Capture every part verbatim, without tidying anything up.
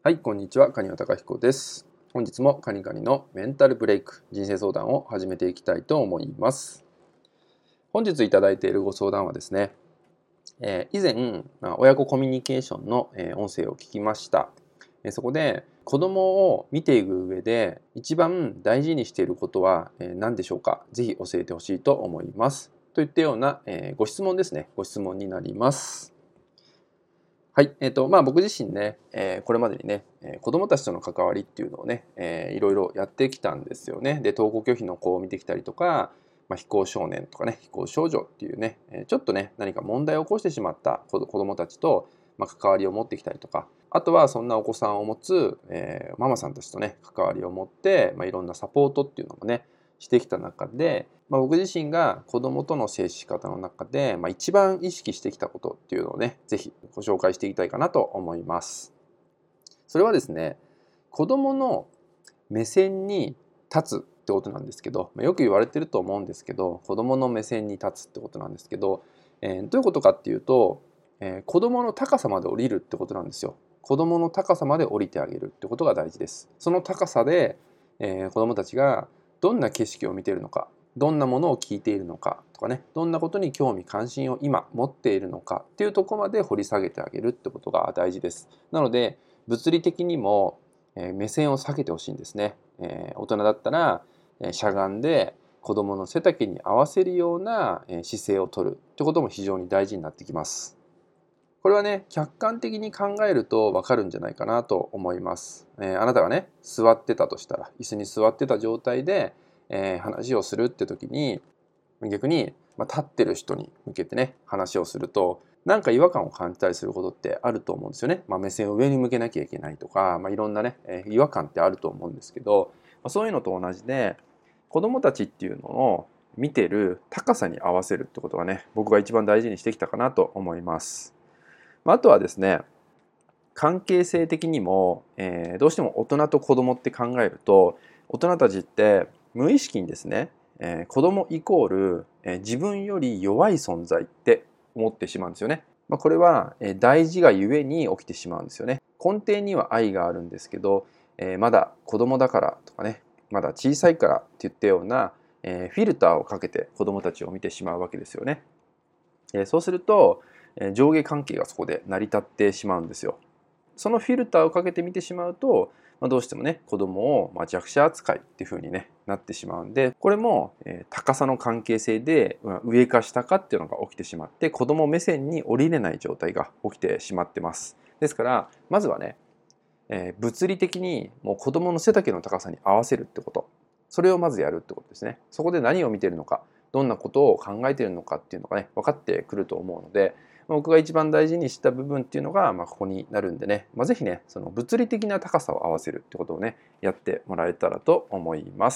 はい、こんにちは。カニワタカヒコです。本日もカニカニのメンタルブレイク人生相談を始めていきたいと思います。本日いただいているご相談はですね、えー、以前、まあ、親子コミュニケーションの、えー、音声を聞きました。えー、そこで子供を見ていく上で一番大事にしていることは、えー、何でしょうか。ぜひ教えてほしいと思います。といったような、えー、ご質問ですね。ご質問になります。はい、えーとまあ、僕自身ね、えー、これまでにね、えー、子どもたちとの関わりっていうのをね、えー、いろいろやってきたんですよね。で、登校拒否の子を見てきたりとか、まあ、非行少年とかね、非行少女っていうね、えー、ちょっとね、何か問題を起こしてしまった子どもたちと、まあ、関わりを持ってきたりとか、あとはそんなお子さんを持つ、えー、ママさんたちとね、関わりを持って、まあ、いろんなサポートっていうのもね、してきた中で、まあ、僕自身が子供との接し方の中で、まあ、一番意識してきたことっていうのをね、ぜひご紹介していきたいかなと思います。それはですね、子供の目線に立つってことなんですけど、よく言われてると思うんですけど、子供の目線に立つってことなんですけど、えー、どういうことかっていうと、えー、子供の高さまで降りるってことなんですよ。子供の高さまで降りてあげるってことが大事です。その高さで、えー、子供たちがどんな景色を見ているのか、どんなものを聞いているのかとかね、どんなことに興味関心を今持っているのかっていうところまで掘り下げてあげるってことが大事です。なので物理的にも、えー、目線を下げてほしいんですね。えー、大人だったら、えー、しゃがんで子供の背丈に合わせるような、えー、姿勢をとるってことも非常に大事になってきます。これはね、客観的に考えると分かるんじゃないかなと思います。えー、あなたがね、座ってたとしたら、椅子に座ってた状態で、えー、話をするって時に、逆に、まあ、立ってる人に向けてね、話をすると、なんか違和感を感じたりすることってあると思うんですよね。まあ、目線を上に向けなきゃいけないとか、まあ、いろんなね、えー、違和感ってあると思うんですけど、まあ、そういうのと同じで、子供たちっていうのを見てる高さに合わせるってことがね、僕が一番大事にしてきたかなと思います。あとはですね、関係性的にも、えー、どうしても大人と子供って考えると、大人たちって無意識にですね、えー、子供イコール、えー、自分より弱い存在って思ってしまうんですよね。まあ、これは、えー、大事がゆえに起きてしまうんですよね。根底には愛があるんですけど、えー、まだ子供だからとかね、まだ小さいからって言ったような、えー、フィルターをかけて子供たちを見てしまうわけですよね。えー、そうすると、上下関係がそこで成り立ってしまうんですよ。そのフィルターをかけてみてしまうと、まあ、どうしてもね子供をまあ弱者扱いっていう風にねなってしまうんで、これも、えー、高さの関係性で上か下かっていうのが起きてしまって、子供目線に降りれない状態が起きてしまってます。ですからまずはね、えー、物理的にもう子供の背丈の高さに合わせるってこと、それをまずやるってことですね。そこで何を見ているのか、どんなことを考えているのかっていうのがね分かってくると思うので、僕が一番大事にした部分っていうのが、まあ、ここになるんでね、まあ、ぜひねその物理的な高さを合わせるってことをねやってもらえたらと思います。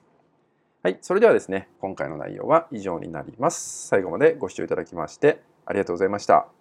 はい、それではですね今回の内容は以上になります。最後までご視聴いただきましてありがとうございました。